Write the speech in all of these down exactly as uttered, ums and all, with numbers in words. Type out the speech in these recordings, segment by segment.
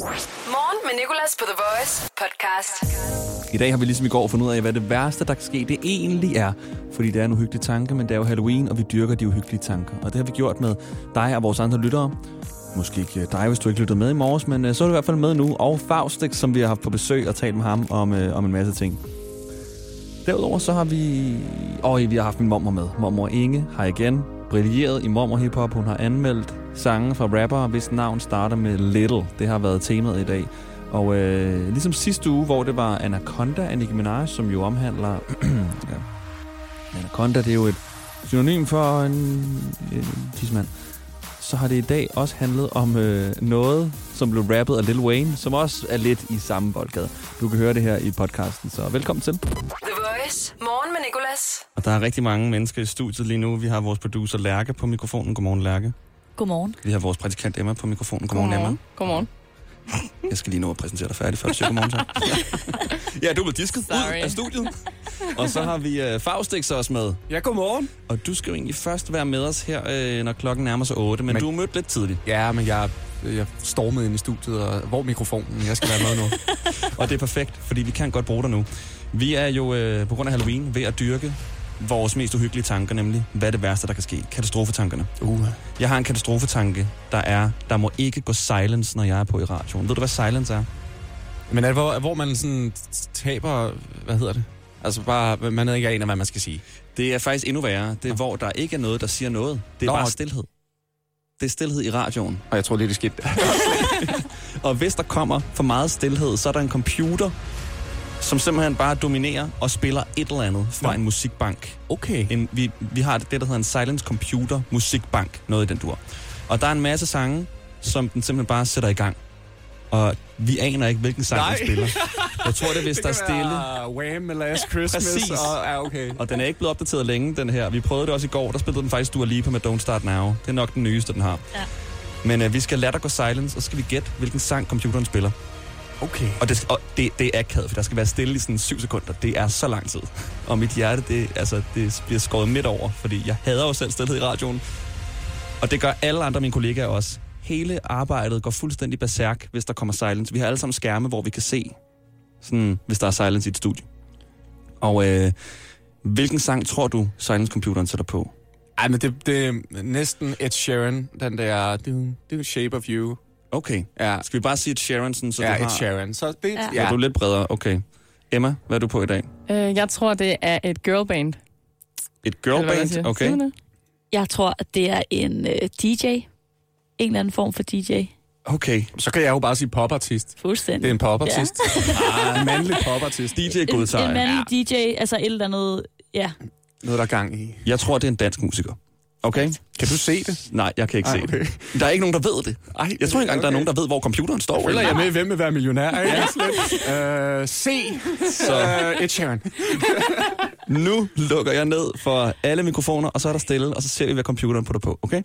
Morgen med Nicolas på The Voice podcast. I dag har vi ligesom i går fundet ud af, hvad det værste, der kan ske, det egentlig er. Fordi det er en uhyggelig tanke, men det er jo Halloween, og vi dyrker de uhyggelige tanker. Og det har vi gjort med dig og vores andre lyttere. Måske ikke dig, hvis du ikke lyttede med i morges, men så er du i hvert fald med nu. Og Faustix, som vi har haft på besøg og talt med ham om, øh, om en masse ting. Derudover så har vi... Og vi har haft min mormor med. Mormor Inge har igen brilleret i mormor hiphop. Hun har anmeldt sange fra rappere, hvis navn starter med Little. Det har været temaet i dag. Og øh, ligesom sidste uge, hvor det var Anaconda af Nicki Minaj, som jo omhandler... ja. Anaconda, det er jo et synonym for en, en tidsmand. Så har det i dag også handlet om øh, noget, som blev rappet af Lil Wayne, som også er lidt i samme boldgade. Du kan høre det her i podcasten, så velkommen til. The Voice. Morgen med Nicolas. Og der er rigtig mange mennesker i studiet lige nu. Vi har vores producer Lærke på mikrofonen. Godmorgen, Lærke. Godmorgen. Vi har vores praktikant Emma på mikrofonen. Godmorgen, Godmorgen. Emma. Godmorgen. Jeg skal lige nå at præsentere dig færdig, før du siger godmorgen så. Ja, du blev disket ud af studiet. Og så har vi uh, Faustix også med. Ja, godmorgen. Og du skal jo egentlig først være med os her, øh, når klokken nærmer sig otte, men, men du er mødt lidt tidligt. Ja, men jeg, jeg stormede ind i studiet, og hvor er mikrofonen? Jeg skal være med nu. Og det er perfekt, fordi vi kan godt bruge dig nu. Vi er jo øh, på grund af Halloween ved at dyrke vores mest uhyggelige tanker, nemlig hvad er det værste, der kan ske? Katastrofetankerne. Uh. Jeg har en katastrofetanke, der er, der må ikke gå silence, når jeg er på i radioen. Ved du, hvad silence er? Men er det, hvor, hvor man sådan taber, hvad hedder det? Altså bare, man ikke aner, hvad man skal sige. Det er faktisk endnu værre. Det er, hvor der ikke er noget, der siger noget. Det er Nå, bare stilhed. Det er stilhed i radioen. Og jeg tror lige, det skete. Og hvis der kommer for meget stilhed, så er der en computer, som simpelthen bare dominerer og spiller et eller andet fra Nå. en musikbank. Okay. En, vi, vi har det, der hedder en silence computer musikbank, noget i den dur. Og der er en masse sange, som den simpelthen bare sætter i gang. Og vi aner ikke, hvilken sang den spiller. Jeg tror, det er, hvis det der er stille. Wham! Med Last Christmas. Præcis. Og, ja, okay. Og den er ikke blevet opdateret længe, den her. Vi prøvede det også i går. Der spillede den faktisk Dua Lipa med Don't Start Now. Det er nok den nyeste, den har. Ja. Men øh, vi skal lade der gå silence, og så skal vi gætte, hvilken sang computeren spiller. Okay. Og det, og det, det er akavet, for der skal være stille i sådan syv sekunder. Det er så lang tid. Og mit hjerte, det, altså, det bliver skåret midt over, fordi jeg hader jo selv stillhed i radioen. Og det gør alle andre af mine kollegaer også. Hele arbejdet går fuldstændig berserk, hvis der kommer silence. Vi har alle sammen skærme, hvor vi kan se, sådan, hvis der er silence i et studie. Og øh, hvilken sang tror du, silence-computeren sætter på? Ej, men det, det er næsten Ed Sheeran, den der det er Shape of You. Okay. Ja. Skal vi bare sige Ed Sheeran, sådan, så ja, du har... Ed Sheeran. Så det, ja. Ja. Er du lidt bredere? Okay. Emma, hvad er du på i dag? Øh, jeg tror, det er et girlband. Et girlband? Okay. Jeg tror, at det er en uh, D J. En eller anden form for D J. Okay. Så kan jeg jo bare sige popartist. Fuldstændig. Det er en popartist. Ja. Ah, mandlig popartist. D J godtager. En, en mandlig ja. D J, altså et eller andet, ja. Noget, der er gang i. Jeg tror, det er en dansk musiker. Okay? Kan du se det? Nej, jeg kan ikke Ej, se okay. det. Der er ikke nogen, der ved det. Ej, jeg tror ikke engang, okay. der er nogen, der ved, hvor computeren står. Føler jeg med, hvem vil være millionær? Ja. uh, C. Så uh, Ed Sheeran. Nu lukker jeg ned for alle mikrofoner, og så er der stille, og så ser vi, hvad computeren putter på. Okay?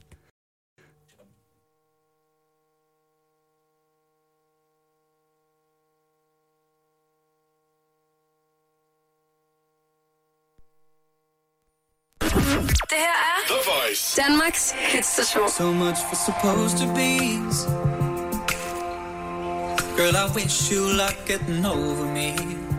Det her er The Voice, Danmarks hitstation. So much for supposed to be's. Girl, I wish you luck getting over me.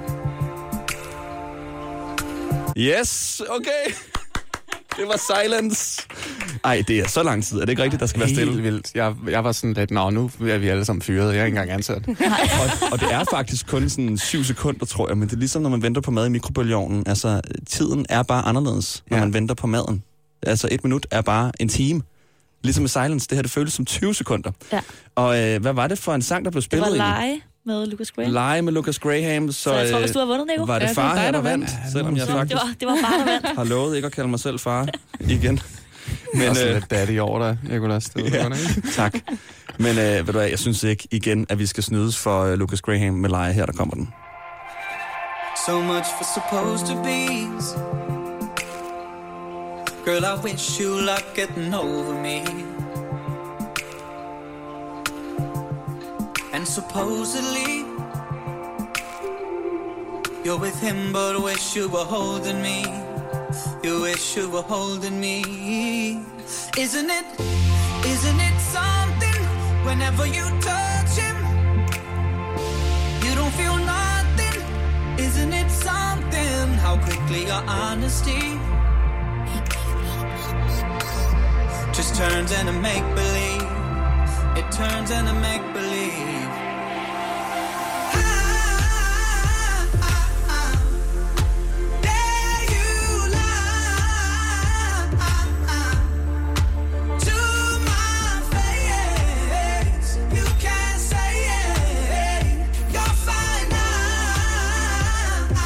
Yes, okay. Det var silence. Ej, det er så lang tid. Er det ikke rigtigt, der skal være stille? Helt vildt. Jeg, jeg var sådan lidt, nå, nu er vi alle sammen fyret. Jeg er ikke engang ansat. og, og det er faktisk kun sådan syv sekunder, tror jeg. Men det er ligesom, når man venter på mad i mikrobølgeovnen. Altså, tiden er bare anderledes, når ja. man venter på maden. Altså, et minut er bare en time. Ligesom med silence, det her, det føles som tyve sekunder. Ja. Og øh, hvad var det for en sang, der blev spillet? Det var Lie med Lucas Graham. Lie med Lucas Graham. Så, så jeg tror, hvis du har vundet, Nico. Var det far her, der vandt? Ja, selvom jeg faktisk det var, det var far, der vandt. har lovet ikke at kalde mig selv far igen. Men jeg er sådan øh, lidt daddy over dig, Nicolas. Ja, tak. Men øh, ved du hvad, jeg synes ikke igen, at vi skal snydes for uh, Lucas Graham med Lie. Her, der kommer den. So much for supposed to be's. Girl, I wish you luck getting over me. And supposedly you're with him, but wish you were holding me. You wish you were holding me. Isn't it, isn't it something whenever you touch him? your honesty just turns into make-believe. It turns into make-believe. I, I, I, dare you lie to my face. You can't say it. You're fine now.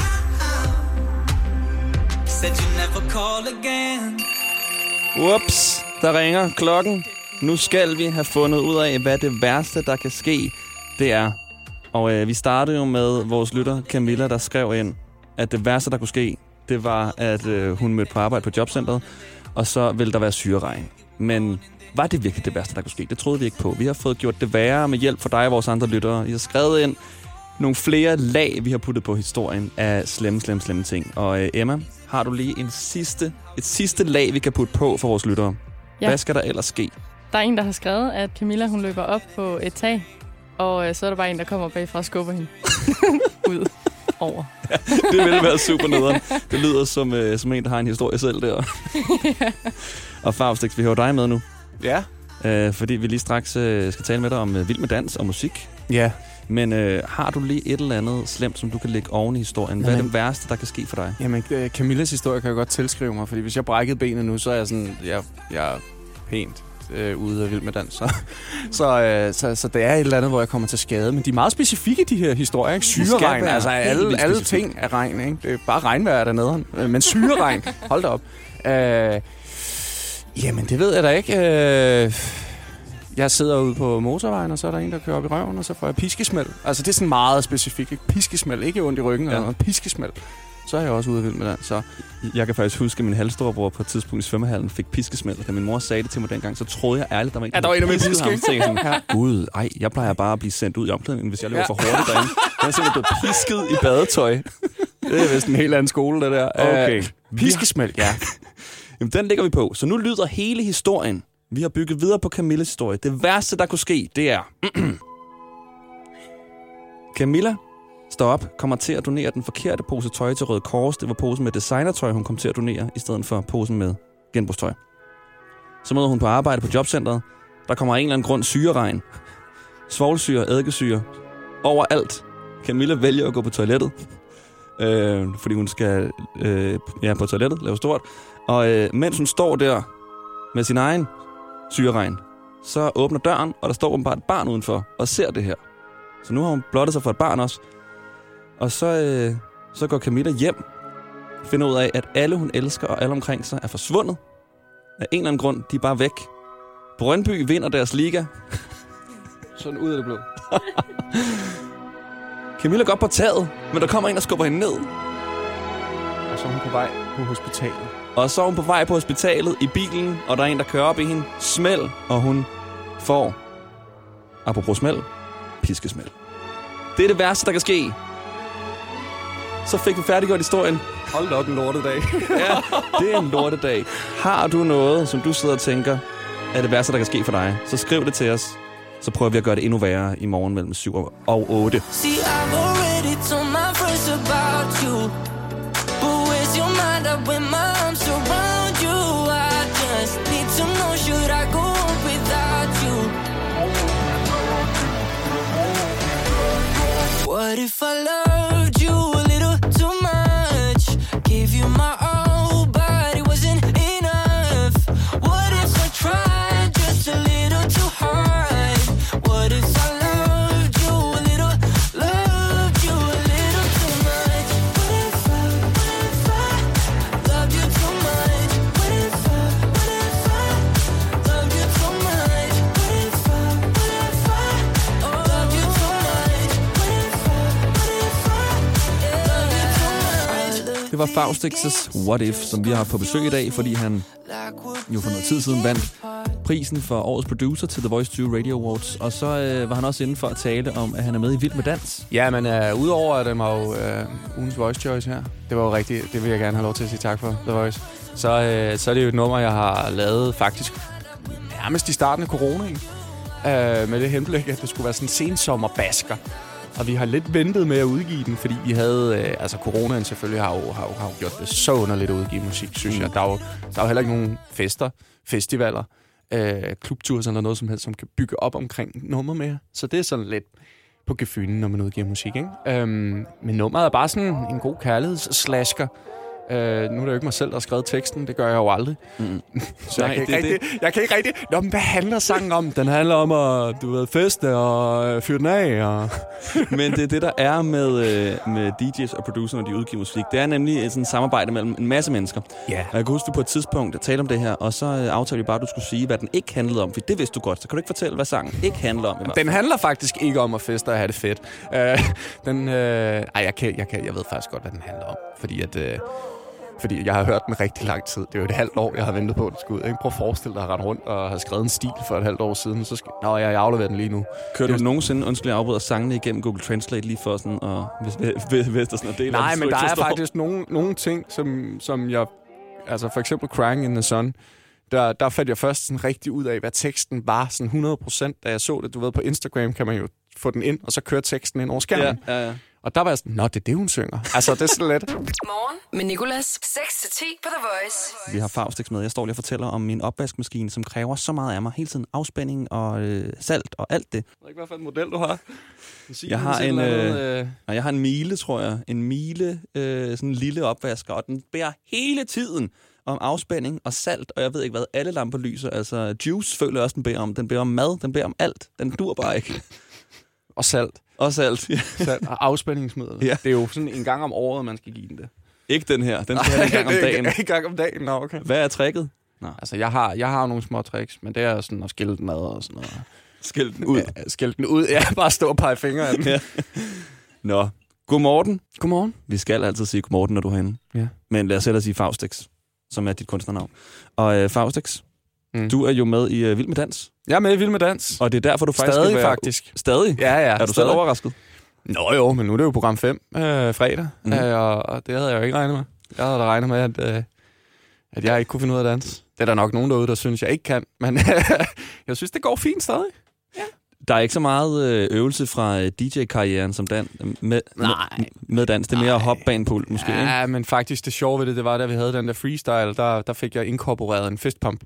Said you never call again. Whoops, der ringer klokken. Nu skal vi have fundet ud af, hvad det værste, der kan ske, det er. Og øh, vi startede jo med vores lytter, Camilla, der skrev ind, at det værste, der kunne ske, det var, at øh, hun mødte på arbejde på jobcentret, og så ville der være syreregn. Men var det virkelig det værste, der kunne ske? Det troede vi ikke på. Vi har fået gjort det værre med hjælp fra dig og vores andre lyttere. I har skrevet ind nogle flere lag, vi har puttet på historien af slemme, slemme, slemme ting. Og øh, Emma, har du lige en sidste, et sidste lag, vi kan putte på for vores lyttere? Ja. Hvad skal der ellers ske? Der er en, der har skrevet, at Camilla hun løber op på et tag, og øh, så er der bare en, der kommer bagfra og skubber hende ud over. Ja, det ville være super nederen. Det lyder som, øh, som en, der har en historie selv der. Ja. Og Faustix, vi hører dig med nu. Ja. Øh, fordi vi lige straks øh, skal tale med dig om øh, vild med dans og musik. Ja. Men øh, har du lige et eller andet slemt, som du kan lægge oven i historien? Hvad Jamen, er det værste, der kan ske for dig? Jamen, Camillas historie kan jeg godt tilskrive mig, fordi hvis jeg brækkede benet nu, så er jeg sådan, jeg, jeg er pænt øh, ude af vild med dans. Så, så, øh, så, så det er et eller andet, hvor jeg kommer til skade. Men de er meget specifikke, de her historier, ikke? Syreregn, altså alle, alle ting er regn, ikke? Det er bare regnvejr dernede. Men syreregn, hold da op. Øh, jamen, det ved jeg da ikke. Øh, Jeg sidder ude på motorvejen, og så er der en, der kører op i røven, og så får jeg piskesmæld. Altså, det er sådan meget specifikt. Ikke? Piskesmæld, ikke ondt i ryggen, ja. Eller noget. Piskesmæld. Så er jeg også ude af vild med den. Så jeg kan faktisk huske, at min halvstorebror på et tidspunkt i svømmehallen fik piskesmæld. Da min mor sagde det til mig dengang, så troede jeg ærligt, der var ikke ja, der var en af mine piske. Ham, så sådan, ja. Gud, ej, jeg plejer bare at blive sendt ud i omklædningen, hvis jeg løber ja. for hurtigt derinde. Jeg er simpelthen blevet pisket i badetøj. Det er vist en helt anden skole, det der. Okay. Uh, piskesmæld, ja. Jamen, den lægger vi på. Så nu lyder hele historien. Vi har bygget videre på Camillas historie. Det værste, der kunne ske, det er... Camilla står op, kommer til at donere den forkerte pose tøj til Røde Kors. Det var posen med designertøj, hun kom til at donere, i stedet for posen med genbrugstøj. Så møder hun på arbejde på jobcentret. Der kommer en eller anden grund syreregn. Svovlsyre, eddikesyre. Overalt. Camilla vælger at gå på toilettet. Øh, fordi hun skal øh, ja, på toilettet, lave stort. Og øh, mens hun står der med sin egen syreregn, så åbner døren, og der står åbenbart et barn udenfor og ser det her. Så nu har hun blottet sig for et barn også. Og så, øh, så går Camilla hjem, finder ud af, at alle hun elsker og alle omkring sig er forsvundet. Af en eller anden grund, de er bare væk. Brøndby vinder deres liga. Sådan ud af det blå. Camilla går op på taget, men der kommer en, der skubber hende ned. Og så er hun på vej på hospitalet. Og så er hun på vej på hospitalet i bilen, og der er en, der kører op i hende. Smæld, og hun får, apropos smæld, piskesmæld. Det er det værste, der kan ske. Så fik vi færdiggjort historien. Hold da op, en lortedag. Ja, det er en lortedag. Har du noget, som du sidder og tænker, er det værste, der kan ske for dig, så skriv det til os. Så prøver vi at gøre det endnu værre i morgen mellem syv og otte. See, I've already told my friends about you. But where's your mind up when my arms around you? I just need to know, should I go without you? What if I loved you a little too much? Gave you my all, but it wasn't enough. What if I tried just a little too hard? What if I loved you a little, loved you a little too much? What if I, what if I loved you too much? What if I, what if I loved you too much? What if I, what if I loved you too much? What if I, what if I loved you too much? Det var Faustix's What If, som vi har haft på besøg i dag, fordi han jo for noget tid siden vandt prisen for årets producer til The Voice to Radio Awards. Og så øh, var han også inde for at tale om, at han er med i Vild med Dans. Ja, men uh, udover at det var jo uh, ugens Voice Choice her, det var jo rigtigt, det vil jeg gerne have lov til at sige tak for, The Voice. Så, uh, så er det jo et nummer, jeg har lavet faktisk nærmest i starten af corona, uh, med det henblik, at det skulle være sådan en sensommerbasker. Og vi har lidt ventet med at udgive den, fordi vi havde... Øh, altså, coronaen selvfølgelig har jo, har, jo, har jo gjort det så underligt at udgive musik, synes mm. jeg. Der er, jo, der er jo heller ikke nogen fester, festivaler, øh, klubture eller noget som helst, som kan bygge op omkring nummer mere. Så det er sådan lidt på gefynen, når man udgiver musik, ikke? Øhm, men nummeret er bare sådan en god kærlighedsslasker. Uh, nu er det jo ikke mig selv, der har skrevet teksten. Det gør jeg jo aldrig. Mm. Så Nej, jeg, kan det, rigtig, det. jeg kan ikke rigtig... Nå, men hvad handler sangen om? Den handler om at, du ved, feste og fyre den af. Og... men det er det, der er med, med D J's og producer, når de udgiver musik. Det er nemlig sådan et samarbejde mellem en masse mennesker. Yeah. Og jeg kan huske, du på et tidspunkt talte om det her, og så aftalte vi bare, at du skulle sige, hvad den ikke handlede om. For det vidste du godt. Så kan du ikke fortælle, hvad sangen ikke handler om? Den handler faktisk ikke om at feste og have det fedt. Uh, den, uh... Ej, jeg, kan, jeg, kan, jeg ved faktisk godt, hvad den handler om. Fordi at... Uh... Fordi jeg har hørt den rigtig lang tid. Det er jo et halvt år, jeg har ventet på, at det skulle ud. Ikke? Prøv at forestille dig at rende rundt og have skrevet en stil for et halvt år siden. Så skal... Nå, jeg afleverer den lige nu. Kører du nogensinde, undskyld, jeg afbryder sangene igennem Google Translate lige for sådan, og hvis, hvis, hvis der sådan er del? Nej, men der er faktisk nogle, nogle ting, som, som jeg... Altså for eksempel Crying in the Sun. Der, der fandt jeg først sådan rigtig ud af, hvad teksten var sådan hundrede procent, da jeg så det. Du ved, på Instagram kan man jo få den ind, og så kører teksten ind over skærmen. Ja, ja, ja. Og der var jeg sådan, nå, det er det, hun synger. Altså, det er sådan lidt... Morgen med Nicolas. seks til ti på The Voice. Vi har Faustix med. Jeg står lige og fortæller om min opvaskemaskine, som kræver så meget af mig. Hele tiden afspænding og øh, salt og alt det. Jeg ved ikke, hvad for en model du har. Jeg har en, øh, øh... jeg har en Miele, tror jeg. En Miele, øh, sådan en lille opvasker, og den bærer hele tiden om afspænding og salt, og jeg ved ikke hvad, alle lamper lyser. Altså, Juice føler jeg også, den bærer om. Den bærer om mad, den bærer om alt. Den dur bare ikke. Og salt. Og salt, ja. Salt og afspændingsmiddel. Ja. Det er jo sådan en gang om året, man skal give den det. Ikke den her. Den skal have en gang om dagen. En gang om dagen, nå okay. Hvad er tricket? Nå. Altså, jeg har, jeg har nogle små tricks, men det er sådan at skille den ad og sådan noget. Skille den ud? Ja, skille den ud. Ja, bare stå og pege fingre af den. Ja. Nå. Godmorgen. Godmorgen. Vi skal altid sige godmorgen, når du er herinde. Ja. Men lad os hellere sige Faustix, som er dit kunstnernavn. Og øh, Faustix, mm. du er jo med i øh, Vild med Dans. Jeg er med i Vild med Dans. Og det er derfor, du faktisk Stadig, skal være... faktisk. Stadig? Ja, ja. Er du stadig. selv overrasket? Nå jo, men nu er det jo program fem øh, fredag, mm. øh, og, og det havde jeg jo ikke regnet med. Jeg havde da regnet med, at, øh, at jeg ikke kunne finde ud af at danse. Det er der nok nogen derude, der synes, jeg ikke kan, men jeg synes, det går fint stadig. Ja. Der er ikke så meget øvelse fra D J-karrieren som dan med, Nej. med dans. Det er mere hop bag en pult, måske. Ja, ikke? Men faktisk det sjove ved det, det var, da vi havde den der freestyle, der, der fik jeg inkorporeret en fistpump.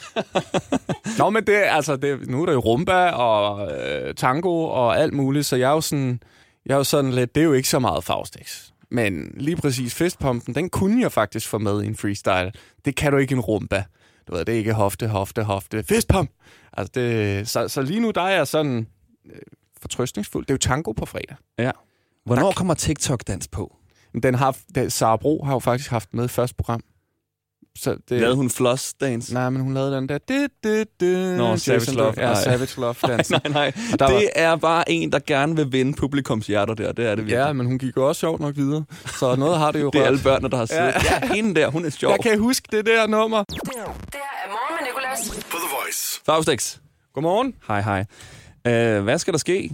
Nå, men det, altså, det, nu er der jo rumba og øh, tango og alt muligt, så jeg er jo sådan, jeg er jo sådan lidt, det er jo ikke så meget Faustix. Men lige præcis fistpumpen, den kunne jeg faktisk få med i en freestyle. Det kan du ikke i en rumba. Du ved, det er ikke hofte, hofte, hofte, fistpump. Altså det, så, så lige nu, der er jeg sådan øh, fortrøstningsfuld. Det er jo tango på fredag. Ja. Hvornår der kommer TikTok-dans på? Den har, den, Sara Bro har jo faktisk haft med i første program. Så det, lavede hun floss dance? Nej, men hun lavede den der... Det, det, det, Nå, Savage Love. Ja, Savage Love dans. nej, nej, nej. Det var... er bare en, der gerne vil vinde publikums hjerter der. Det er det virkelig. Ja, men hun gik jo også sjovt nok videre. Så noget har det jo det er alle børnene, der har siddet. Ja. ja, hende der, hun er sjov. Jeg kan huske det der nummer. Det her er Morgen med Nicolas. På The Voice. Faustix. Godmorgen. Hej, hej. Uh, hvad skal der ske?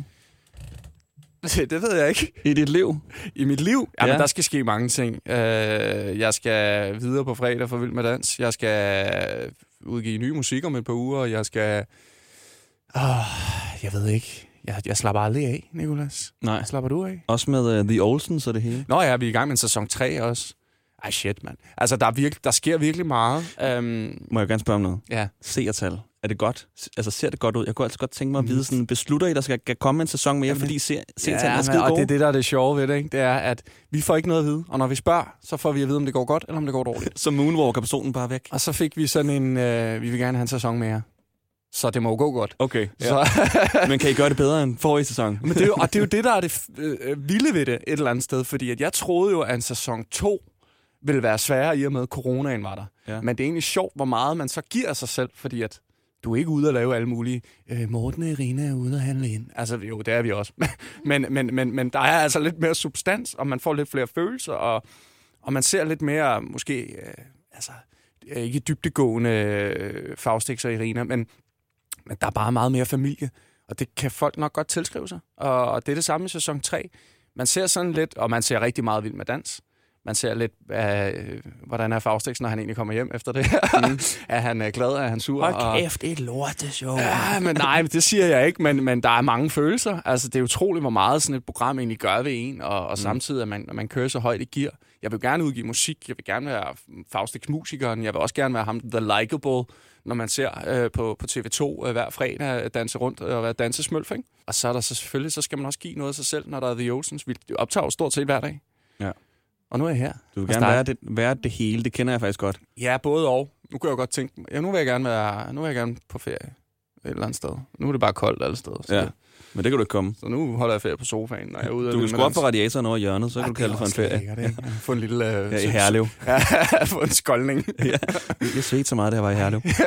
Det ved jeg ikke. I dit liv? I mit liv? Jamen, ja. Der skal ske mange ting. Uh, jeg skal videre på fredag for Vild med Dans. Jeg skal udgive ny musik om et par uger. Jeg skal... Uh, jeg ved ikke. Jeg, jeg slapper aldrig af, Nicolas. Nej. Slapper du af? Også med uh, The Olsens og det hele? Nå ja, vi er i gang med en sæson tre også. Ej, shit, mand. Altså, der, er virkelig, der sker virkelig meget. Um, Må jeg gerne spørge om noget? Ja. Seertal. Er det godt? Altså, ser det godt ud? Jeg kunne altså godt tænke mig at vide, sådan, beslutter I, der skal komme en sæson mere, fordi seertallene ja, er skide gode? Og det er det, der er det sjove ved det, ikke? Det er, at vi får ikke noget at vide. Og når vi spørger, så får vi at vide, om det går godt, eller om det går dårligt. Så moonwalker personen bare væk? Og så fik vi sådan en, øh, vi vil gerne have en sæson mere. Så det må jo gå godt. Okay. Ja. Så men kan I gøre det bedre end forrige sæson? Men det er jo, og det er jo det, der er det øh, vilde ved det et eller andet sted. Fordi at jeg troede jo, at en sæson to ville være sværere i og med, at coronaen var der. Ja. Men det er egentlig sjovt, hvor meget man så giver sig selv, fordi at du er ikke ude at lave alle mulige... Øh, Morten og Irina er ude at handle ind. Altså, jo, det er vi også. men, men, men, men der er altså lidt mere substans, og man får lidt flere følelser, og, og man ser lidt mere, måske... Øh, altså, ikke dybdegående øh, Faustix og Irina, men, men der er bare meget mere familie, og det kan folk nok godt tilskrive sig. Og, og det er det samme i sæson tre. Man ser sådan lidt, og man ser rigtig meget Vild med Dans, man ser lidt, øh, hvordan er Faustix, når han egentlig kommer hjem efter det her. Mm. Er han øh, glad, er han sur? Hold kæft, det er et lorteshow. Ja, men nej, det siger jeg ikke, men, men der er mange følelser. Altså, det er utroligt, hvor meget sådan et program egentlig gør ved en, og, og mm. samtidig, at man, man kører så højt i gear. Jeg vil gerne udgive musik, jeg vil gerne være Faustix-musikeren, jeg vil også gerne være ham, the likable, når man ser øh, på, på T V to øh, hver fredag danse rundt og være dansesmølf, ikke? Og så er der så selvfølgelig, så skal man også give noget af sig selv, når der er The Oceans. Vi optager stort set hver dag. Ja. Og nu er jeg her. Du vil gerne være det, være det hele, det kender jeg faktisk godt. Ja, både og. Nu kan jeg godt tænke, ja, nu vil jeg gerne være, nu vil jeg gerne på ferie et eller andet sted. Nu er det bare koldt alle steder. Ja. Men det kan du ikke komme. Så nu holder jeg ferie på sofaen, når jeg er ude. Du kan skrue op for radiatoren over hjørnet, så kan du kalde det for en ferie. Lækkert, ja. Få en lille... Uh, ja, i Herlev. Ja, få en skoldning. Ja. Jeg svedte så meget, da jeg var i Herlev. The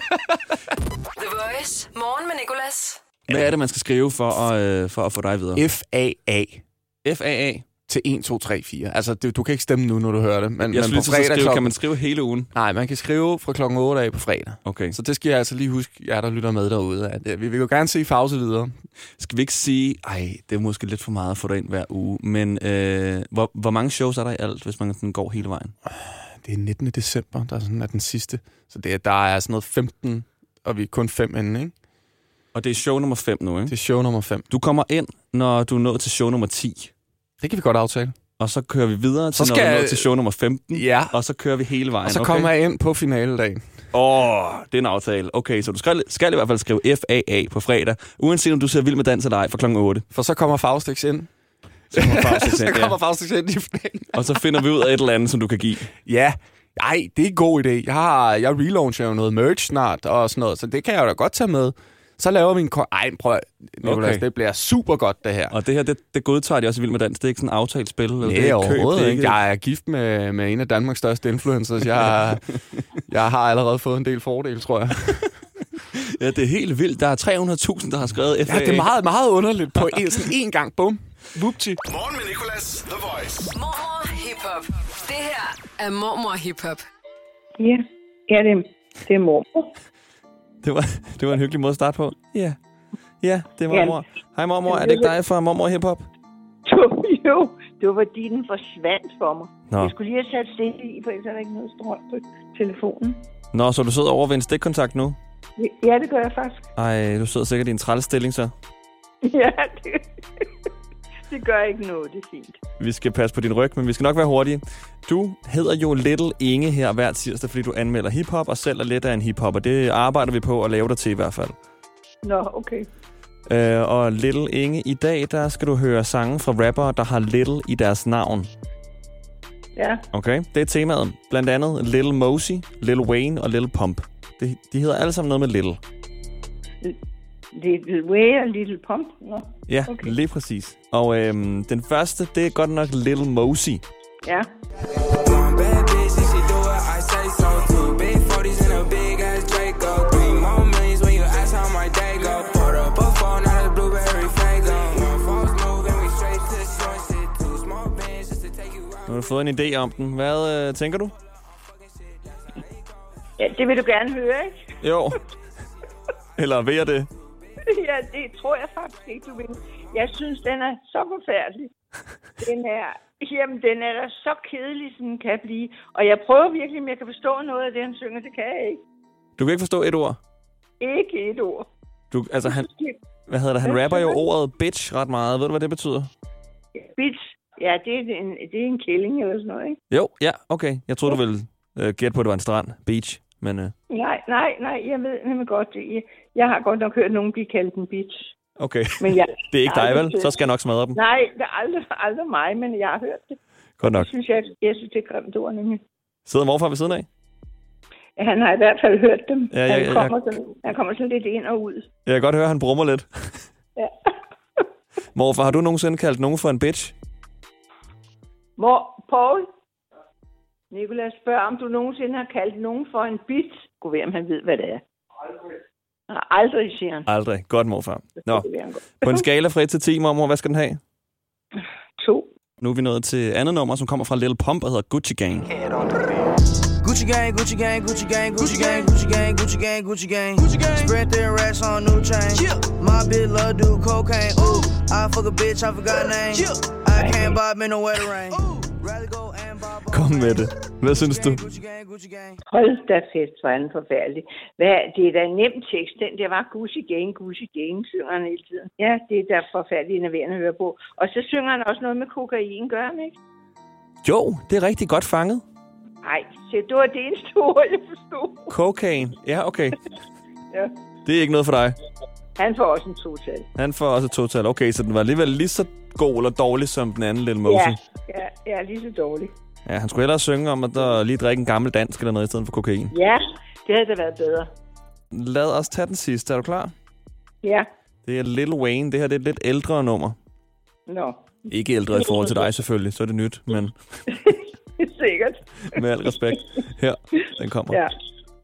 Voice. Morgen med Nicolas. Hvad er det, man skal skrive for at, øh, for at få dig videre? F A A. F A A? Til en, to, tre, fire. Altså, det, du kan ikke stemme nu, når du hører det. Men, jeg men synes, på fredag skrive, klokken... kan man skrive hele ugen? Nej, man kan skrive fra klokken otte af på fredag. Okay. Så det skal jeg altså lige huske, jer der lytter med derude. At, vi vil jo gerne se Fause videre. Skal vi ikke sige... Ej, det er måske lidt for meget at få dig ind hver uge. Men øh, hvor, hvor mange shows er der i alt, hvis man sådan går hele vejen? Det er nittende december, der er sådan er den sidste. Så det er, der er sådan noget femten, og vi er kun fem inde, ikke? Og det er show nummer fem nu, ikke? Det er show nummer fem. Du kommer ind, når du er nået til show nummer ti. Det kan vi godt aftale. Og så kører vi videre til, så når du er nået til show nummer femten. Ja. Og så kører vi hele vejen. Og så okay? kommer jeg ind på finaledagen. Åh, oh, det er en aftale. Okay, så du skal, skal i hvert fald skrive F A A på fredag, uanset om du ser Vild med Dans eller ej fra klokken otte. For så kommer Faustix ind. Så kommer Faustix ind, så kommer Faustix ind i finalen. Og så finder vi ud af et eller andet, som du kan give. Ja. Ej, det er en god idé. Jeg, har, jeg relauncher jo noget merch snart og sådan noget, så det kan jeg jo da godt tage med. Så laver vi en... Ko- Ej, prøv Nicolas, okay. Det bliver super godt, det her. Og det her, det, det godtager de også i Vild med Dans. Det er ikke sådan en aftalt spil? Eller Nej, det er overhovedet køb, ikke. Jeg er gift med, med en af Danmarks største influencers. Jeg, jeg har allerede fået en del fordele, tror jeg. Ja, det er helt vildt. Der er tre hundrede tusind, der har skrevet F A A. Ja, det er meget, meget underligt på en, sådan en gang. Bum. Vupti. Morgen med Nicolas, The Voice. Mormor hiphop. Det her er Mormor hiphop. Ja, ja det, det er mormor. Det var, det var en hyggelig måde at starte på. Ja, ja, det er mormor. Hej mormor, er det ikke dig fra Mormor Hiphop? Jo, det var fordi den forsvandt for mig. Nå. Jeg skulle lige have sat stik i, for ellers er der ikke noget strøm på telefonen. Nå, så du sidder over ved en stikkontakt nu? Ja, det gør jeg faktisk. Ej, du sidder sikkert i en trælstilling så. Ja, det, det gør ikke noget, det er fint. Vi skal passe på din ryg, men vi skal nok være hurtige. Du hedder jo Little Inge her hver tirsdag, fordi du anmelder hiphop og selv er lidt af en hiphop, og det arbejder vi på at lave dig til i hvert fald. Nå, okay. Øh, og Little Inge, i dag der skal du høre sange fra rappere, der har Little i deres navn. Ja. Okay, det er temaet. Blandt andet Lil Mosey, Lil Wayne og Lil Pump. De, de hedder alle sammen noget med Little. Little Wayne og Little Pump? Nå. Ja, okay. Lige præcis. Og øhm, den første, det er godt nok Lil Mosey. Ja. Nu har du fået en idé om den. Hvad øh, tænker du? Ja, det vil du gerne høre, ikke? Jo. Eller vil jeg det? Ja, det tror jeg faktisk ikke, du vil. Jeg synes, den er så forfærdelig. Den er, jamen, den er da så kedelig, som den kan blive. Og jeg prøver virkelig, om jeg kan forstå noget af det, han synger. Det kan jeg ikke. Du kan ikke forstå et ord? Ikke et ord. Du, altså, han, hvad hedder det? Han rapper jo ordet bitch ret meget. Ved du, hvad det betyder? Bitch? Ja, det er en, det er en kælling eller sådan noget, ikke? Jo, ja, okay. Jeg troede, du ville øh, gætte på, at det var en strand. Beach, men... Øh... Nej, nej, nej, jeg ved nemlig godt det. Jeg, jeg har godt nok hørt nogen blive kaldt en bitch. Okay, men jeg, det er ikke dig, vel? Så skal jeg nok smadre dem. Nej, det er aldrig, aldrig mig, men jeg har hørt det. Godt nok. Jeg synes, jeg, jeg synes det er grimt ord, nemlig. Sidder morfar ved siden af? Ja, han har i hvert fald hørt dem. Ja, ja, ja, han, kommer sådan, han kommer sådan lidt ind og ud. Jeg kan godt høre, at han brummer lidt. Ja. Morfar, har du nogensinde kaldt nogen for en bitch? Mor, Paul? Nicolas spørger, om du nogensinde har kaldt nogen for en bitch. Gå ved, om han ved, hvad det er. Aldrig. Aldrig, siger han. Aldrig. Godt, morfar. Nå, på en skala fra et til ti, mormor, hvad skal den have? To. Nu er vi nået til andet nummer, som kommer fra Lil Pump og hedder Gucci Gang. Gucci gang, Gucci gang, Gucci gang, Gucci gang, Gucci gang, Gucci gang, Gucci gang, Gucci gang. Spread their racks on new chain. My bitch love do cocaine. Ooh, I fuck a bitch, I forgot name. I can't buy me no wetter rain. Rather go and buy Kom med det. Hvad synes du? Hold da fest, hvor er den forfærdelig. Hvad, det er da en nem tekst, den der var Gucci Gang, Gucci Gang, synger han hele tiden. Ja, det er da forfærdeligt enerverende at høre på. Og så synger han også noget med kokain, gør han ikke? Jo, det er rigtig godt fanget. Nej, se, det var det eneste ord, jeg forstod. Cocaine. Ja, okay. Ja. Det er ikke noget for dig. Han får også en total. Han får også et total. Okay, så den var alligevel lige så god eller dårlig som den anden Lil Mosey. Ja, ja, ja, lige så dårlig. Ja, han skulle hellere synge om, at der lige drikke en gammel dansk eller noget i stedet for kokain. Ja, det havde da været bedre. Lad os tage den sidste. Er du klar? Ja. Det er Lil Wayne. Det her det er et lidt ældre nummer. Nå. Ikke ældre i forhold til dig selvfølgelig, så er det nyt, men... Sikkert. Med al respekt. Her, den kommer. Ja.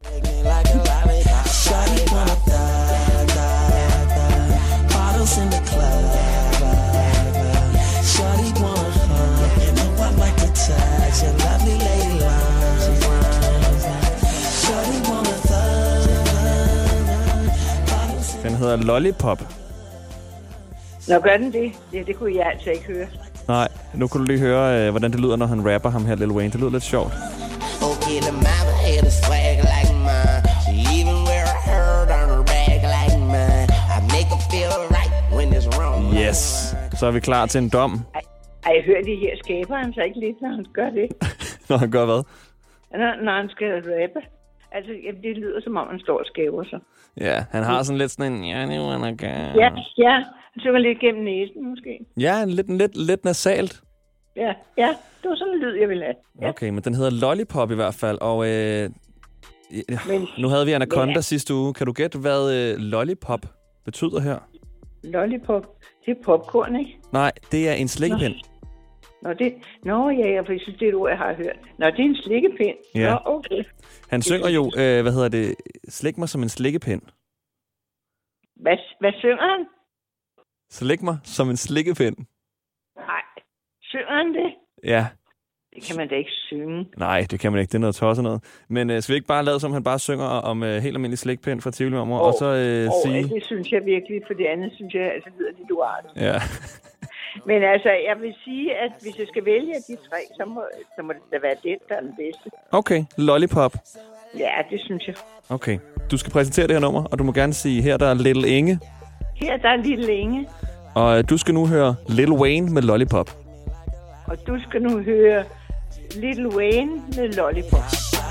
Den hedder Lollipop. Nå, gør den det? Det, det kunne jeg altså ikke høre. Nej, nu kunne du lige høre, øh, hvordan det lyder, når han rapper ham her, Lil Wayne. Det lyder lidt sjovt. Okay, the mama had a swag like mine. She even wear a hurt on her back like mine. I make her feel right when it's wrong. Yes, så er vi klar til en dom. Ej, ej jeg hører det her. Skaber han så ikke lidt, når han gør det? Når han gør hvad? Når, når han skal rappe. Altså, jamen, det lyder som om, han står og skæver sig. Ja, han har sådan lidt sådan en... Ja, det var nok... Ja, ja. Han synger lidt gennem næsen, måske. Ja, lidt, lidt, lidt nasalt. Ja, ja. Det var sådan en lyd, jeg ville have. Ja. Okay, men den hedder Lollipop i hvert fald, og... Øh, ja, men, nu havde vi Anaconda ja. sidste uge. Kan du gætte, hvad øh, Lollipop betyder her? Lollipop? Det er popcorn, ikke? Nej, det er en slikkepind. Nå, det... Nå ja, jeg synes, det er et ord, jeg har hørt. Nå, det er en slikkepind. Ja. Nå, okay. Han synger jo, øh, hvad hedder det, slik mig som en slikkepind. Hvad, hvad synger han? Slik mig som en slikkepind. Nej, synger han det? Ja. Det kan man da ikke synge. Nej, det kan man ikke. Det er noget tosset noget. Men øh, skal vi ikke bare lade som, han bare synger om øh, helt almindelig slikpind fra Tivoli om, oh, og så øh, oh, sige... det synes jeg virkelig, for det andet synes jeg, altså lyder lidt uartigt. Ja. Men altså, jeg vil sige, at hvis jeg skal vælge de tre, så må, så må det da være det, der er den bedste. Okay, Lollipop. Ja, det synes jeg. Okay, du skal præsentere det her nummer, og du må gerne sige, her der er Little Inge. Her der er Little Inge. Og øh, du skal nu høre Lil Wayne med Lollipop. Og du skal nu høre Lil Wayne med Lollipop.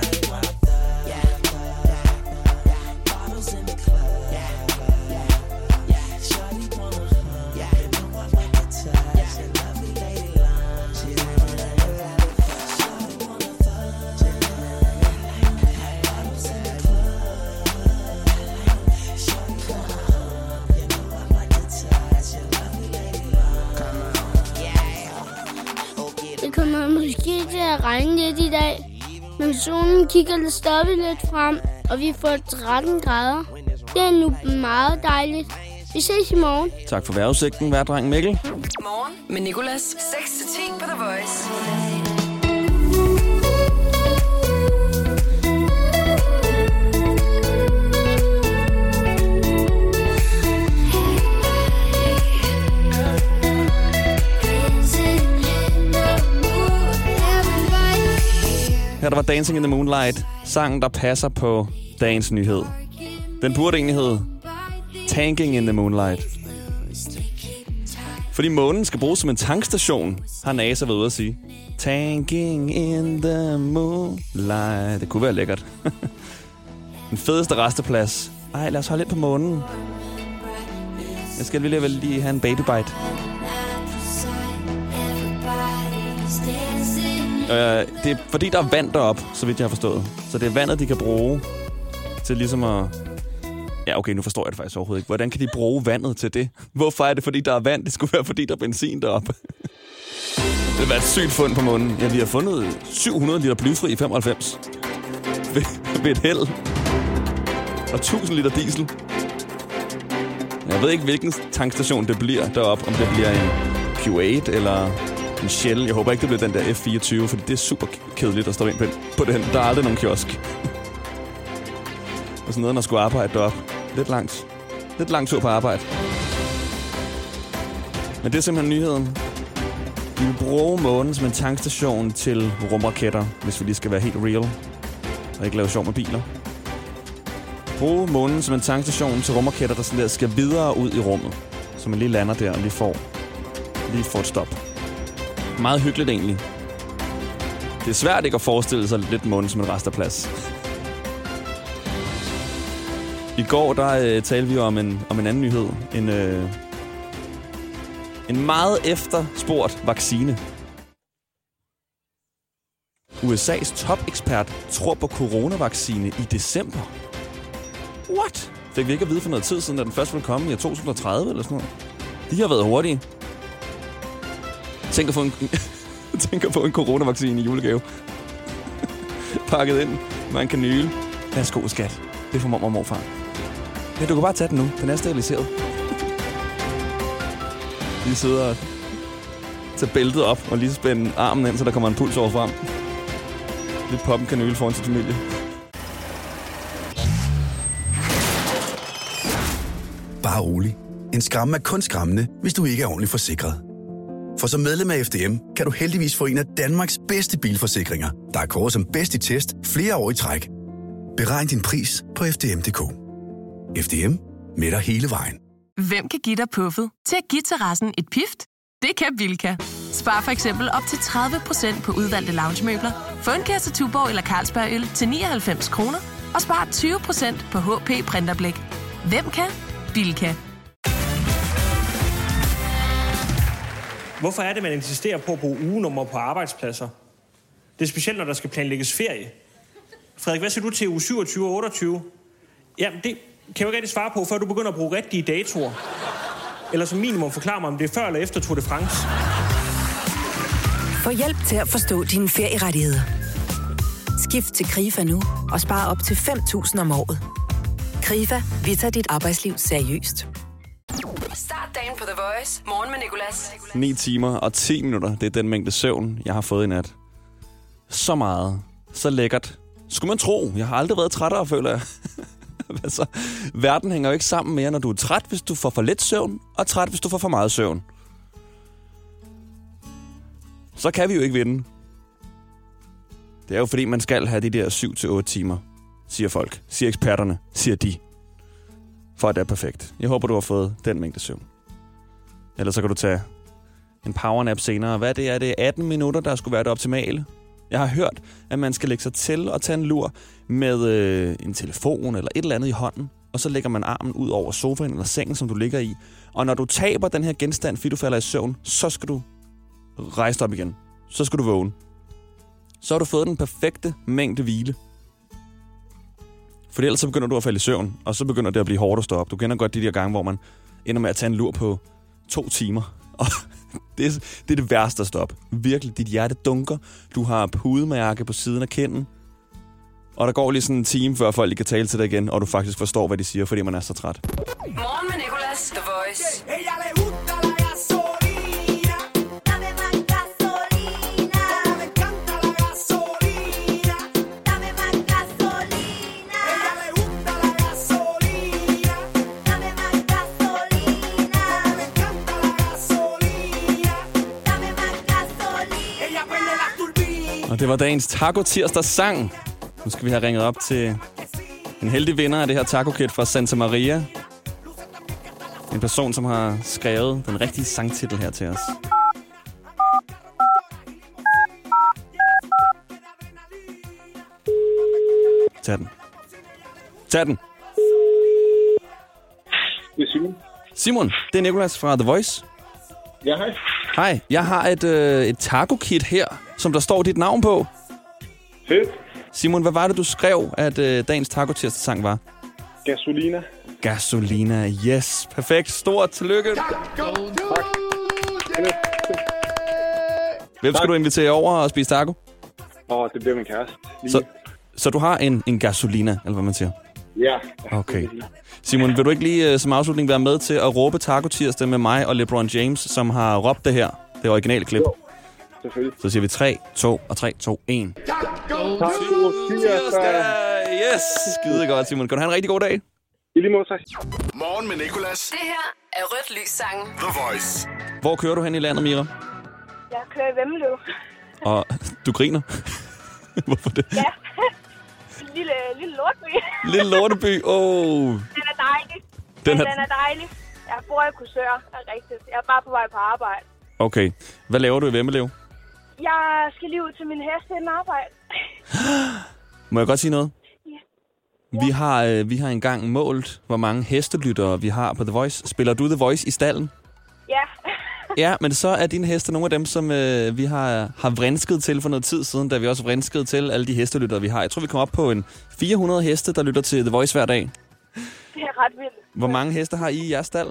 Det kommer måske til at regne lidt i dag, men solen kigger stadig lidt frem, og vi får tretten grader. Det er nu meget dejligt. Vi ses i morgen. Tak for vejrudsigten, værdreng Mikkel. Morgen med Nicolas. seks til ti på The Voice. Her der var Dancing in the Moonlight, sangen der passer på dagens nyhed. Den burde egentlig hedde Tanking in the Moonlight. Fordi månen skal bruges som en tankstation, har NASA været ude at sige. Tanking in the moonlight. Det kunne være lækkert. Den fedeste resteplads. Ej, lad os holde lidt på månen. Jeg skal lige, vel lige have en babybite. Øh, det er fordi, der er vand deroppe, så vidt jeg har forstået. Så det er vandet, de kan bruge til ligesom at... Ja, okay, nu forstår jeg det faktisk overhovedet ikke. Hvordan kan de bruge vandet til det? Hvorfor er det, fordi der er vand? Det skulle være, fordi der er benzin deroppe. Det har været et sygt fund på månen. Ja, vi har fundet syv hundrede liter blyfri i femoghalvfems. Ved, ved et held. Og tusind liter diesel. Jeg ved ikke, hvilken tankstation det bliver deroppe. Om det bliver en Q otte eller en Shell. Jeg håber ikke, det bliver den der F fireogtyve, fordi det er super kedeligt at stå ind på det. Der er aldrig nogen kiosk. Og sådan noget, når skulle arbejde deroppe. Lidt langt. Lidt lang tur på arbejde. Men det er simpelthen nyheden. Vi vil bruge månen som en tankstation til rumraketter, hvis vi lige skal være helt real. Og ikke lave sjov med biler. Bruge månen som en tankstation til rumraketter, der sådan der skal videre ud i rummet. Så man lige lander der og lige får, lige får et stop. Meget hyggeligt egentlig. Det er svært ikke at forestille sig lidt månen som en rasterplads. I går der øh, talte vi om en, om en anden nyhed. En, øh, en meget efterspurgt vaccine. U S A's topekspert tror på coronavaccine i december. What? Fik vi ikke at vide for noget tid siden, da den først ville komme i to tusind og tredive eller sådan noget. De har været hurtige. Tænk at få en, tænk at få en coronavaccine i julegave. Pakket ind med en kanyle. Værsgo, skat. Det er for mormor og morfar. Ja, du kan bare tage den nu. Den er steriliseret. Vi sidder og tager bæltet op og lige spænde armen ind, så der kommer en puls over frem. Lidt poppen kanyle foran sin familie. Bare rolig. En skræmme er kun skræmmende, hvis du ikke er ordentligt forsikret. For som medlem af F D M kan du heldigvis få en af Danmarks bedste bilforsikringer, der er kåret som bedst i test flere år i træk. Beregn din pris på f d m punktum d k. F D M med dig hele vejen. Hvem kan give dig puffet til at give terrassen et pift? Det kan Bilka. Spar for eksempel op til tredive procent på udvalgte loungemøbler. Få en kasse Tuborg eller Carlsberg øl til nioghalvfems kroner. Og spar tyve procent på H P printerblæk. Hvem kan? Bilka. Hvorfor er det, man insisterer på at bruge ugenummer på arbejdspladser? Det er specielt, når der skal planlægges ferie. Frederik, hvad siger du til uge syvogtyve og otteogtyve? Jamen, det kan jeg jo ikke rigtig svare på, før du begynder at bruge rigtige datoer. Eller som minimum forklare mig, om det er før eller efter Tour de France. Få hjælp til at forstå dine ferierettigheder. Skift til KRIFA nu og spar op til fem tusind om året. KRIFA, vi tager dit arbejdsliv seriøst. Start dagen på The Voice. Morgen med Nicolas. ni timer og ti minutter, det er den mængde søvn, jeg har fået i nat. Så meget. Så lækkert. Skulle man tro. Jeg har aldrig været trættere, føler jeg. Altså, verden hænger jo ikke sammen mere, når du er træt, hvis du får for lidt søvn, og træt, hvis du får for meget søvn. Så kan vi jo ikke vinde. Det er jo fordi, man skal have de der syv til otte timer, siger folk. Siger eksperterne. Siger de. For at det er perfekt. Jeg håber, du har fået den mængde søvn. Ellers så kan du tage en powernap senere. Hvad det er, det er atten minutter, der skulle være det optimale. Jeg har hørt, at man skal lægge sig til og tage en lur med øh, en telefon eller et eller andet i hånden, og så lægger man armen ud over sofaen eller sengen, som du ligger i. Og når du taber den her genstand, fordi du falder i søvn, så skal du rejse op igen. Så skal du vågne. Så har du fået den perfekte mængde hvile. For ellers så begynder du at falde i søvn, og så begynder det at blive hårdt at stå op. Du kender godt de der gange, hvor man ender med at tage en lur på to timer. Og det er, det er det værste at stå op. Virkelig, dit hjerte dunker. Du har pudemærke på siden af kinden. Og der går lige sådan en time, før folk kan tale til dig igen, og du faktisk forstår, hvad de siger, fordi man er så træt. Morgen med Nicolas, The Voice. Og det var dagens Taco Tirsdags sang. Nu skal vi have ringet op til en heldig vinder af det her taco-kit fra Santa Maria. En person, som har skrevet den rigtige sangtitel her til os. Tag den. Tag den. Det er Simon. Simon, det er Nicolas fra The Voice. Ja, hej. Hej, jeg har et, øh, et taco-kit her, som der står dit navn på. Fedt. Simon, hvad var det, du skrev, at øh, dagens taco-tirsdag-sang var? Gasolina. Gasolina, yes. Perfekt. Stort tillykke. Tak. Hvem skal tak. Du invitere over og spise taco? Åh, oh, det bliver min kæreste. Så, så du har en, en gasolina, eller hvad man siger? Ja. Okay. Simon, vil du ikke lige uh, som afslutning være med til at råbe Taco Tirsdag med mig og LeBron James, som har råbt det her, det originale klip? Jo, selvfølgelig. Så siger vi tre, to og tre, to, en. Taco Tirsdag! Yes! Skide godt, Simon. Kan du have en rigtig god dag? I lige måde, tak. Morgen med Nicolas. Det her er Rødt Lys sangen. The Voice. Hvor kører du hen i landet, Mira? Jeg kører i Vemmelev. Og du griner? Hvorfor det? Ja. lille, lille lorteby. Lille lorteby, åh. Oh. Den er dejlig. Den Men er... den er dejlig. Jeg bor i Korsør, er rigtigt. Jeg er bare på vej på arbejde. Okay. Hvad laver du i Vemmelev? Jeg skal lige ud til min heste inden arbejde. Må jeg godt sige noget? Ja. Vi har, øh, vi har engang målt, hvor mange hestelyttere vi har på The Voice. Spiller du The Voice i stallen? Ja. Ja, men så er dine heste nogle af dem, som øh, vi har, har vrinsket til for noget tid siden, da vi også vrinskede til alle de hestelyttere, vi har. Jeg tror, vi kommer op på en fire hundrede heste, der lytter til The Voice hver dag. Det er ret vildt. Hvor mange heste har I i jeres stald? Øh,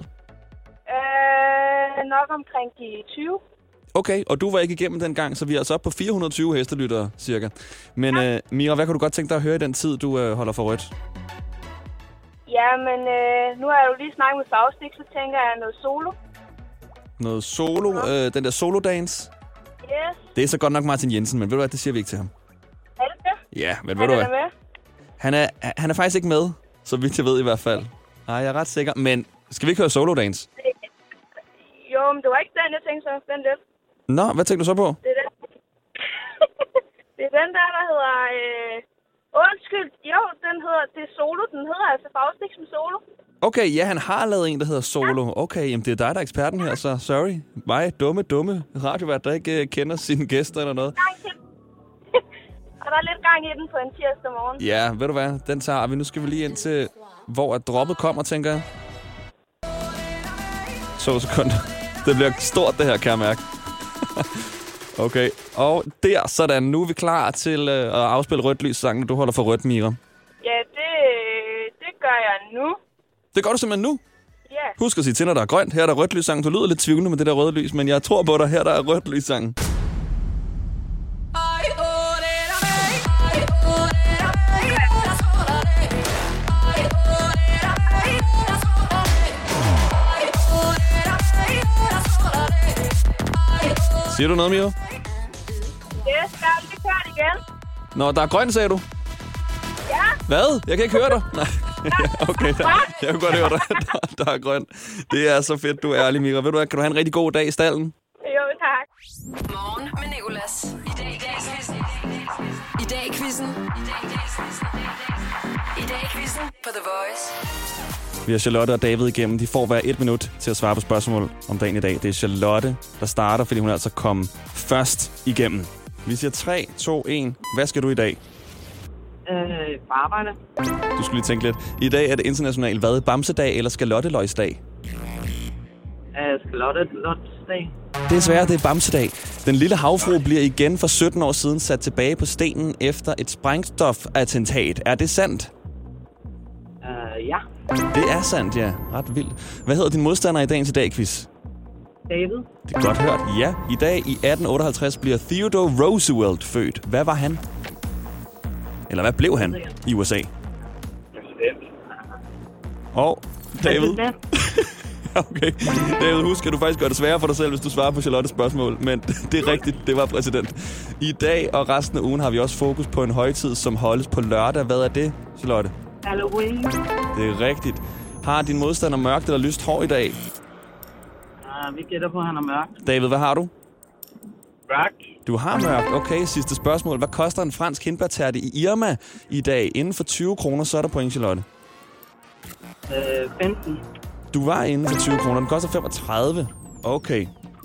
nok omkring de tyve. Okay, og du var ikke igennem dengang, så vi er altså oppe på fire hundrede og tyve hestelyttere, cirka. Men ja. øh, Mira, hvad kan du godt tænke dig at høre i den tid, du øh, holder for rødt? Ja, men øh, nu har jeg jo lige snakket med Faustik, så tænker jeg noget solo. Noget solo? Ja. Øh, den der solo-dance? Yes. Det er så godt nok Martin Jensen, men ved du hvad, det siger vi ikke til ham. Er det det? Ja, men Han ved du hvad? er med? Han er, han er faktisk ikke med, så vidt jeg ved i hvert fald. Nej, jeg er ret sikker. Men skal vi ikke høre solo-dance? Jo, men det var ikke den, jeg tænkte så. Vent lidt. Nå, hvad tænker du så på? Det er den. Det er den der, der hedder... Øh... Undskyld. Jo, den hedder... Det er solo. Den hedder altså Faustik som solo. Okay, ja, han har lavet en, der hedder Solo. Okay, jamen det er dig, der er eksperten her, så sorry. Mig, dumme, dumme radiovært, der ikke uh, kender sine gæster eller noget. Og der er lidt gang i den på en tirsdag morgen. Ja, ved du hvad, den tager vi. Nu skal vi lige ind til, hvor at droppet kommer, tænker jeg. To sekunder. Det bliver stort, det her, kan jeg mærke. Okay, og der, sådan. Nu er vi klar til uh, at afspille rødt lys-sangen, du holder for rødt, Mira. Ja, det, det gør jeg nu. Det gør du simpelthen nu? Ja. Yeah. Husk at sige til, når der er grønt. Her er der rødt lys-sangen. Du lyder lidt tvivlende med det der røde lys, men jeg tror på dig. Her der er rødt lys-sangen. Siger du noget, Mira? Det skal vi køre det igen. Nå, der er grønt, sagde du? Ja. Hvad? Jeg kan ikke høre dig. Nej. Okay, der, jeg kan godt høre dig. Der, der er grønt. Det er så fedt, du er ærlig, Mira. Ved du hvad, kan du have en rigtig god dag i stallen? Jo, tak. Morgen med Nicolas. I dag i quizzen. I dag i quizzen. I dag i quizzen på The Voice. Vi har Charlotte og David igennem. De får hver et minut til at svare på spørgsmål om dagen i dag. Det er Charlotte, der starter, fordi hun altså kom først igennem. Vi siger tre, to, et. Hvad skal du i dag? Øh, på arbejde. Du skulle lige tænke lidt. I dag er det international hvad? Bamsedag eller skalotteløgsdag? Øh, skalotteløgsdag. Det er svært, det er Bamsedag. Den lille havfrue bliver igen for sytten år siden sat tilbage på stenen efter et sprængstofattentat. Er det sandt? Øh, ja. Det er sandt, ja. Ret vildt. Hvad hedder din modstander i dagens i dag-quiz? David. Det er godt hørt. Ja, i dag i atten otteoghalvtreds bliver Theodore Roosevelt født. Hvad var han? Eller hvad blev han i U S A? Præsident. Og David. Okay. David, husk, at du faktisk gør det sværere for dig selv, hvis du svarer på Charlottes spørgsmål. Men det er rigtigt, det var præsident. I dag og resten af ugen har vi også fokus på en højtid, som holdes på lørdag. Hvad er det, Charlotte? Halloween. Det er rigtigt. Har din modstander mørkt eller lyst hår i dag? Uh, vi gætter på, at han er mørk. David, hvad har du? Mørkt. Du har mørkt. Okay, sidste spørgsmål. Hvad koster en fransk hindbærtærte i Irma i dag? Inden for tyve kroner, så er der point, Charlotte. Øh, femten. Du var inden for tyve kroner. Den koster femogtredive. Okay.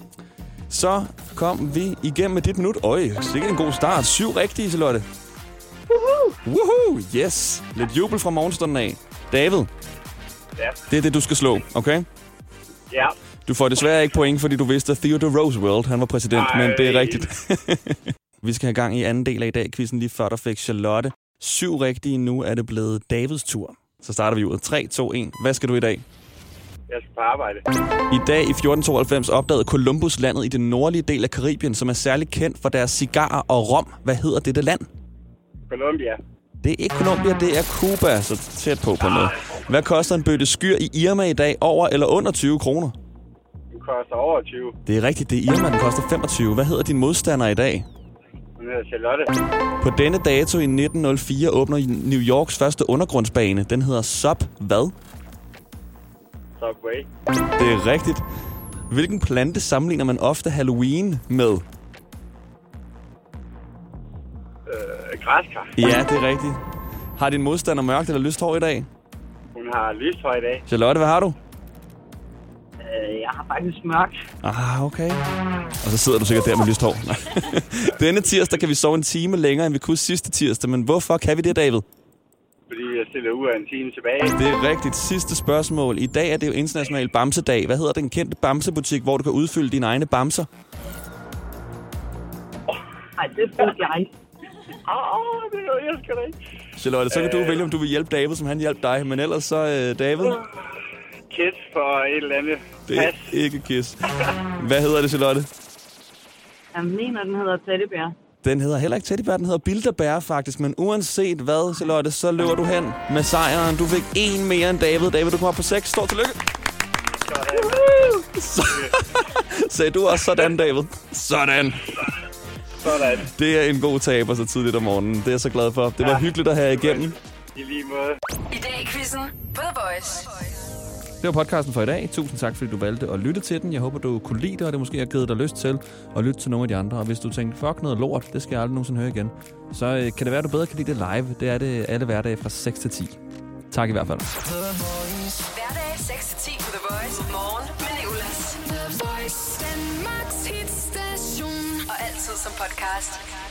Så kom vi igennem med dit minut. Øj, sikkert en god start. Syv rigtige, Charlotte. Woohoo! Woohoo! Yes! Lidt jubel fra morgenstunden af. David. Ja. Det er det, du skal slå, okay? Ja. Du får desværre ikke point, fordi du vidste, at Theodore Roosevelt, han var præsident, Ej. men det er rigtigt. Vi skal have gang i anden del af i dag. Quizzen lige før, der fik Charlotte. Syv rigtige, nu er det blevet Davids tur. Så starter vi ud. tre, to, et. Hvad skal du i dag? Jeg skal på arbejde. I dag i fjorten tooghalvfems opdagede Columbus landet i den nordlige del af Karibien, som er særligt kendt for deres cigarer og rom. Hvad hedder dette land? Colombia. Det er ikke Colombia, det er Cuba, så tæt på på noget. Hvad koster en bøtte skyr i Irma i dag? Over eller under tyve kroner? Den koster over tyve. Det er rigtigt, det er Irma, den koster femogtyve. Hvad hedder din modstander i dag? Hun hedder Charlotte. På denne dato i nitten nul fire åbner New Yorks første undergrundsbane. Den hedder Sub hvad? Subway. Det er rigtigt. Hvilken plante sammenligner man ofte Halloween med? græskar. Ja, det er rigtigt. Har din modstander mørkt eller lyst hår i dag? Hun har lyst hår i dag. Charlotte, hvad har du? Øh, jeg har faktisk mørk. Ah, okay. Og så sidder du sikkert der med lyst hår. Denne tirsdag kan vi sove en time længere, end vi kunne sidste tirsdag. Men hvorfor kan vi det, David? Fordi jeg stiller ud af en time tilbage. Det er rigtigt. Sidste spørgsmål. I dag er det jo international bamsedag. Hvad hedder den kendte bamsebutik, hvor du kan udfylde dine egne bamser? Nej, det fik jeg. Åh, oh, det er jo, jeg skal da ikke. Charlotte, så kan du vælge, om du vil hjælpe David, som han hjalp dig. Men ellers så, øh, David... Kiss for et eller andet. Det er ikke Kiss. Hvad hedder det, Charlotte? Jeg mener, den hedder Teddybær. Den hedder heller ikke Teddybær, den hedder Bilderberg faktisk. Men uanset hvad, Charlotte, så løber du hen med sejren. Du fik en mere end David. David, du kommer op på seks. Stort tillykke. Så, sagde du også sådan, David? Sådan. Sådan. Det er en god taber så tidligt om morgenen. Det er jeg så glad for. Det var ja. hyggeligt at have igennem. I lige måde. I dag i quizzen på The Voice. Det var podcasten for i dag. Tusind tak, fordi du valgte at lytte til den. Jeg håber, du kunne lide det, og det måske har givet dig lyst til at lytte til nogle af de andre. Og hvis du tænkte, fuck noget lort, det skal jeg aldrig nogensinde høre igen, så øh, kan det være, at du bedre kan lide det live. Det er det alle hverdage fra seks til ti. Tak i hvert fald. Hverdag seks til ti på The Voice. Morgen med Nicolas. The Voice. Danmarks hitstation. Og altid som podcast.